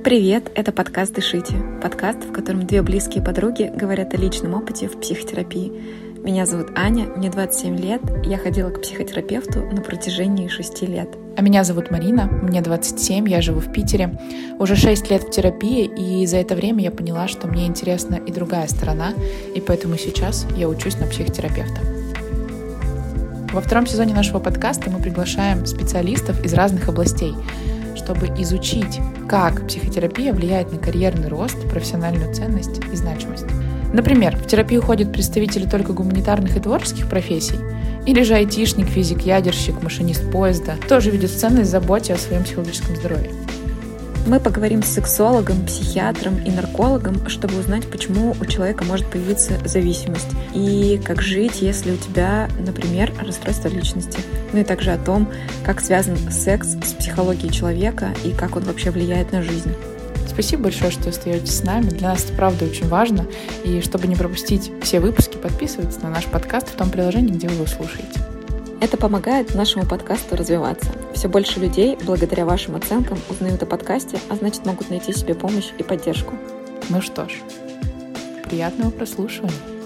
Привет, это подкаст «Дышите». Подкаст, в котором две близкие подруги говорят о личном опыте в психотерапии. Меня зовут Аня, мне 27 лет, я ходила к психотерапевту на протяжении 6 лет. А меня зовут Марина, мне 27, я живу в Питере. Уже 6 лет в терапии, и за это время я поняла, что мне интересна и другая сторона, и поэтому сейчас я учусь на психотерапевта. Во втором сезоне нашего подкаста мы приглашаем специалистов из разных областей, чтобы изучить, как психотерапия влияет на карьерный рост, профессиональную ценность и значимость. Например, в терапию ходят представители только гуманитарных и творческих профессий, или же айтишник, физик, ядерщик, машинист поезда тоже видят ценность в заботе о своем психологическом здоровье. Мы поговорим с сексологом, психиатром и наркологом, чтобы узнать, почему у человека может появиться зависимость и как жить, если у тебя, например, расстройство личности. Ну и также о том, как связан секс с психологией человека и как он вообще влияет на жизнь. Спасибо большое, что остаетесь с нами. Для нас это правда очень важно. И чтобы не пропустить все выпуски, подписывайтесь на наш подкаст в том приложении, где вы его слушаете. Это помогает нашему подкасту развиваться. Все больше людей, благодаря вашим оценкам, узнают о подкасте, а значит, могут найти себе помощь и поддержку. Ну что ж, приятного прослушивания.